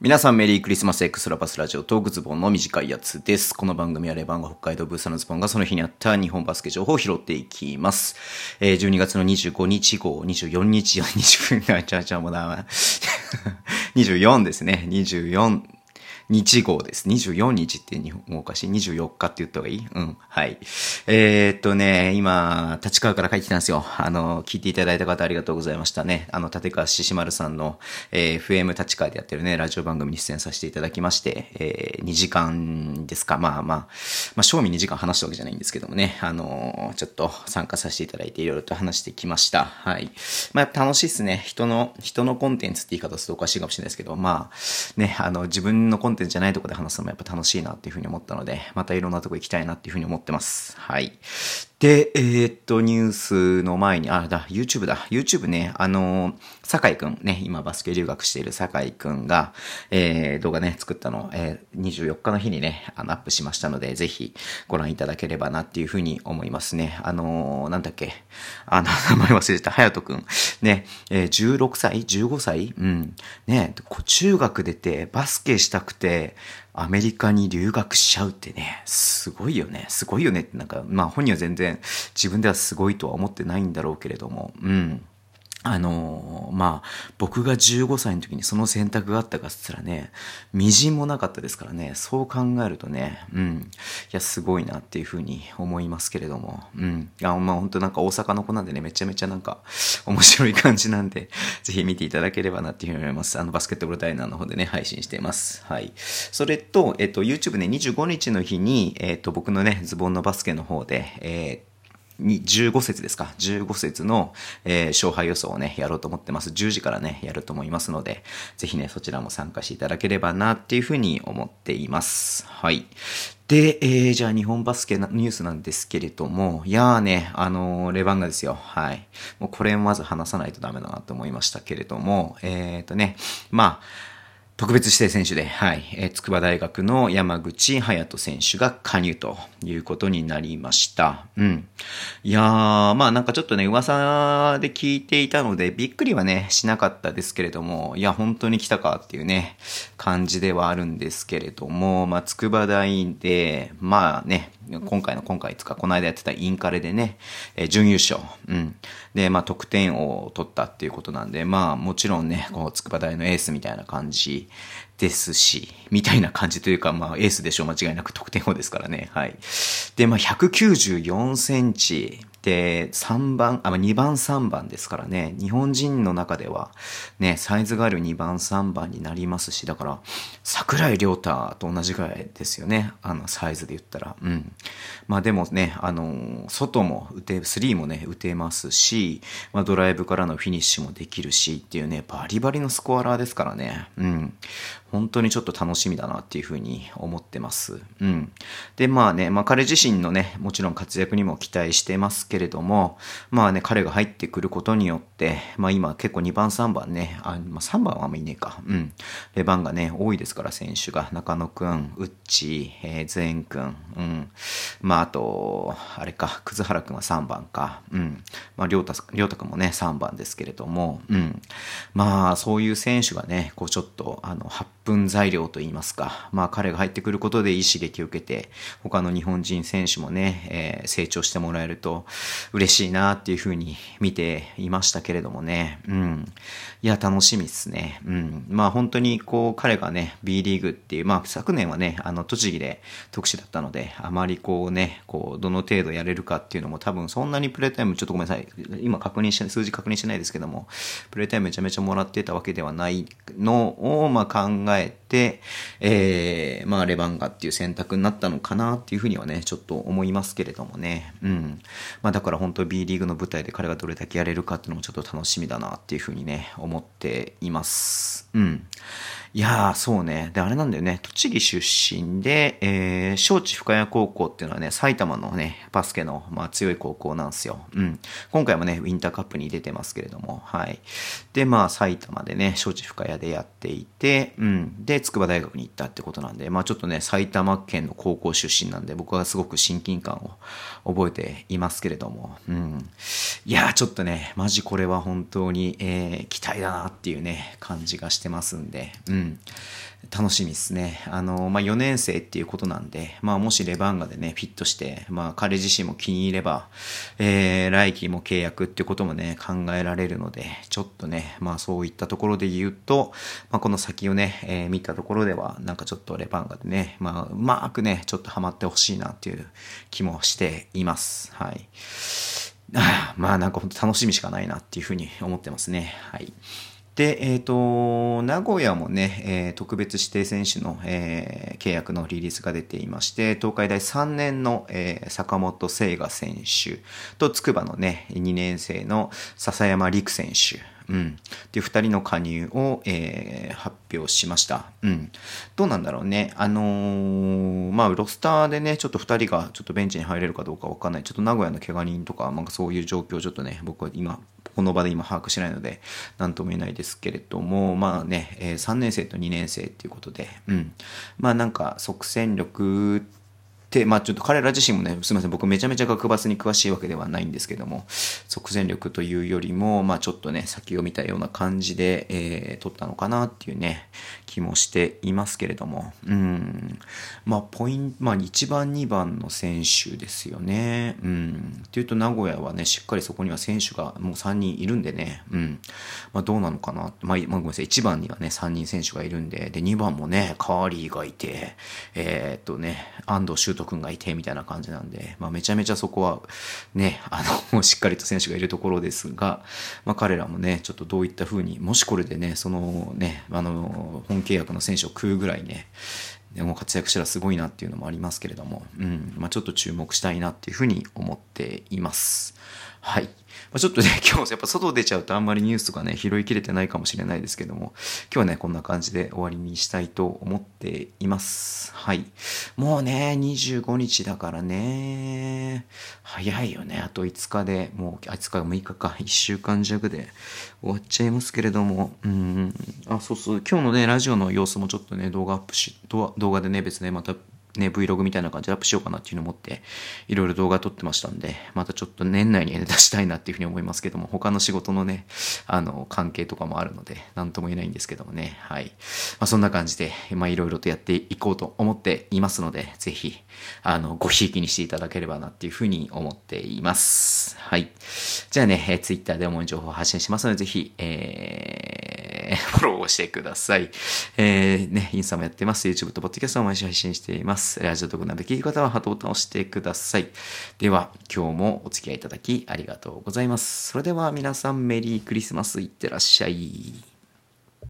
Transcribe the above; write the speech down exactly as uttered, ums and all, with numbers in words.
皆さんメリークリスマスエクストラパスラジオトークズボンの短いやつです。この番組はレバンが北海道ブースターのズボンがその日にあった日本バスケ情報を拾っていきます。えー、じゅうにがつのにじゅうごにち号、にじゅうよっか、にじゅう、にじゅう、ちゃちゃもだ、にじゅうよんですね。にじゅうよっか。日号です。にじゅうよっかって日本語おかしい。にじゅうよっかって言った方がいい？うん。はい。えー、っとね、今、立川から帰ってきたんですよ。あの、聞いていただいた方ありがとうございましたね。あの、立川ししまるさんの、えー、エフエム 立川でやってるね、ラジオ番組に出演させていただきまして、えー、にじかんですか。まあまあ、まあ、正味にじかん話したわけじゃないんですけどもね、あの、ちょっと参加させていただいていろいろと話してきました。はい。まあ、やっぱ楽しいっすね。人の、人のコンテンツって言い方するとおかしいかもしれないですけど、まあ、ね、あの、自分のコンテンツじゃないところで話すのもやっぱ楽しいなっていうふうに思ったので、またいろんなとこ行きたいなっていうふうに思ってます。はい。で、えー、っと、ニュースの前に、あ、だ、YouTube だ。YouTube ね、あの、酒井くんね、今バスケ留学している酒井くんが、えー、動画ね、作ったの、えー、にじゅうよっかの日にね、あの、アップしましたので、ぜひご覧いただければなっていうふうに思いますね。あの、なんだっけ、あの、名前忘れてた、隼人くん。ね、えー、じゅうろくさい ?じゅうご 歳うん。ね、中学出てバスケしたくて、アメリカに留学しちゃうってね、すごいよね。すごいよねってなんか、まあ本人は全然自分ではすごいとは思ってないんだろうけれども、うん。あのー、まあ、僕がじゅうごさいの時にその選択があったかっつったらね、微塵もなかったですからね、そう考えるとね、うん。いや、すごいなっていうふうに思いますけれども、うん。いや、まあ本当なんか大阪の子なんでね、めちゃめちゃなんか面白い感じなんで、ぜひ見ていただければなっていうふうに思います。あの、バスケットボールダイナーの方でね、配信しています。はい。それと、えっと、YouTube ね、にじゅうごにちの日に、えっと、僕のね、ズボンのバスケの方で、えーにじゅうご節ですか。じゅうご節の、えー、勝敗予想をね、やろうと思ってます。じゅうじからね、やると思いますので、ぜひね、そちらも参加していただければなっていうふうに思っています。はい。で、えー、じゃあ日本バスケのニュースなんですけれども、いやーね、あのー、レバンガですよ。はい。もうこれまず話さないとダメだなと思いましたけれども、えーとね、まあ、特別指定選手で、はい、えー、筑波大学の山口隼人選手が加入ということになりました。うん。いやー、まあなんかちょっとね、噂で聞いていたので、びっくりはね、しなかったですけれども、いや、本当に来たかっていうね、感じではあるんですけれども、まあ、筑波大で、まあね、今回の今回つか、この間やってたインカレでね、えー、準優勝。うん。で、まあ、得点を取ったっていうことなんで、まあ、もちろんね、こう、筑波大のエースみたいな感じですし、みたいな感じというか、まあ、エースでしょう、間違いなく得点王ですからね。はい。で、まあ、ひゃくきゅうじゅうよんセンチ。で、さんばん、あ、にばんさんばんですからね。日本人の中では、ね、サイズがあるにばんさんばんになりますし、だから、桜井亮太と同じぐらいですよね。あの、サイズで言ったら。うん。まあでもね、あの、外も打て、スリーもね、打てますし、まあドライブからのフィニッシュもできるしっていうね、バリバリのスコアラーですからね。うん。本当にちょっと楽しみだなっていうふうに思ってます。うん。で、まあね、まあ彼自身のね、もちろん活躍にも期待してますけれども、まあね、彼が入ってくることによって、まあ今結構にばんさんばんね、あ、まあさんばんはあんまいねえか。うん。レバンがね、多いですから選手が。中野くん、ウッチ、えー、ゼンくん、うん。まああと、あれか、葛原くんはさんばんか。うん。まあ、りょうた、りょうたくんもね、さんばんですけれども、うん。まあ、そういう選手がね、こうちょっと、あの、はっぷん材料と言いますか。まあ、彼が入ってくることでいい刺激を受けて、他の日本人選手もね、えー、成長してもらえると嬉しいなっていうふうに見ていましたけれどもね。うん。いや、楽しみですね。うん。まあ、本当に、こう、彼がね、B リーグっていう、まあ、昨年はね、あの、栃木で特殊だったので、あまりこうね、こう、どの程度やれるかっていうのも多分そんなにプレイタイム、ちょっとごめんなさい。今確認して、数字確認してないですけども、プレイタイムめちゃめちゃもらってたわけではないのを、まあ、考えて、えー、まあ、レバンガっていう選択になったのかなっていうふうにはね、ちょっと思いますけれどもね。うん。まあ、だから本当 B リーグの舞台で彼がどれだけやれるかっていうのもちょっと楽しみだなっていうふうにね、思っています。うん。いやー、そうね。で、あれなんだよね。栃木出身で、えー、小智深谷高校っていうのはね、埼玉のね、バスケの、まあ、強い高校なんですよ。うん。今回もね、ウィンターカップに出てますけれども、はい。で、まあ、埼玉でね、小智深谷でやっていて、うん。で、筑波大学に行ったってことなんで、まあ、ちょっとね、埼玉県の高校出身なんで、僕はすごく親近感を覚えていますけれども、うん。いやー、ちょっとね、マジこれは本当に、えー、期待だなっていうね、感じがしてますんで、うん。 楽しみですね。あの、まあ、よねん生っていうことなんで、まあ、もしレバンガでね、フィットして、まあ、彼自身も気に入れば、えー、来季も契約っていうこともね、考えられるので、ちょっとね、まあ、そういったところで言うと、まあ、この先をね、えー、見たところでは、なんかちょっとレバンガでね、まあ、うまくね、ちょっとハマってほしいなっていう気もしています。はい。あまあ、なんか本当楽しみしかないなっていうふうに思ってますね。はい。で、えっ、と、名古屋もね、えー特別指定選手の、えー契約のリリースが出ていまして、東海大さんねんの、えー坂本聖雅選手と、筑波のね、にねん生の笹山陸選手、うん、っていうふたりの加入を、えー発表しました。うん。どうなんだろうね。あのーまあ、ロスターでね、ちょっとふたりがちょっとベンチに入れるかどうかわかんない。ちょっと名古屋の怪我人とか、なんかそういう状況をちょっとね、僕は今、この場で今把握しないので、なんとも言えないですけれども、まあね、えーさんねん生とにねん生っていうことで、うん。まあなんか即戦力って、まあちょっと彼ら自身もね、すみません、僕めちゃめちゃ学バスに詳しいわけではないんですけども、即戦力というよりも、まあちょっとね、先を見たような感じで、えー、取ったのかなっていうね、気もしていますけれども、うん。まあポイント、まあいちばんにばんの選手ですよね。うん。っていうと名古屋はね、しっかりそこには選手がもうさんにんいるんでね、うん。まあどうなのかな。まあ、まあ、ごめんなさい、いちばんにはね、さんにん選手がいるんで、で、にばんもね、カーリーがいて、えー、っとね、安藤修斗くんがいて、みたいな感じなんで、まあめちゃめちゃそこは、ね、あの、しっかりと選手がいるところですが、まあ彼らもね、ちょっとどういった風に、もしこれでね、そのね、あの、本契約の選手を食うぐらいね、でも活躍したらすごいなっていうのもありますけれども、うん、まあちょっと注目したいなっていうふうに思っています。はい。まあ、ちょっとね、今日やっぱ外出ちゃうとあんまりニュースとかね、拾いきれてないかもしれないですけども、今日はね、こんな感じで終わりにしたいと思っています。はい。もうね、にじゅうごにちだからね、早いよね。あといつかで、もう、あいつかむいかか、いっしゅうかん弱で終わっちゃいますけれども、うん、あ、そうそう、今日のね、ラジオの様子もちょっとね、動画アップし、動画でね、別にまた、ね、Vlog みたいな感じでアップしようかなっていうのを思って、いろいろ動画撮ってましたんで、またちょっと年内に、ね、出したいなっていうふうに思いますけども、他の仕事のね、あの、関係とかもあるので、なんとも言えないんですけどもね、はい。まあ、そんな感じで、まあ、いろいろとやっていこうと思っていますので、ぜひ、あの、ごひいきにしていただければなっていうふうに思っています。はい。じゃあね、えー、Twitter で主に情報を発信しますので、ぜひ、えー、フォローをしてください。えー、ね、インスタもやってます。YouTube と Podcast も毎週配信しています。ラジオトークなど聞いた方はハートボタンを押してください。では、今日もお付き合いいただきありがとうございます。それでは皆さんメリークリスマスいってらっしゃい。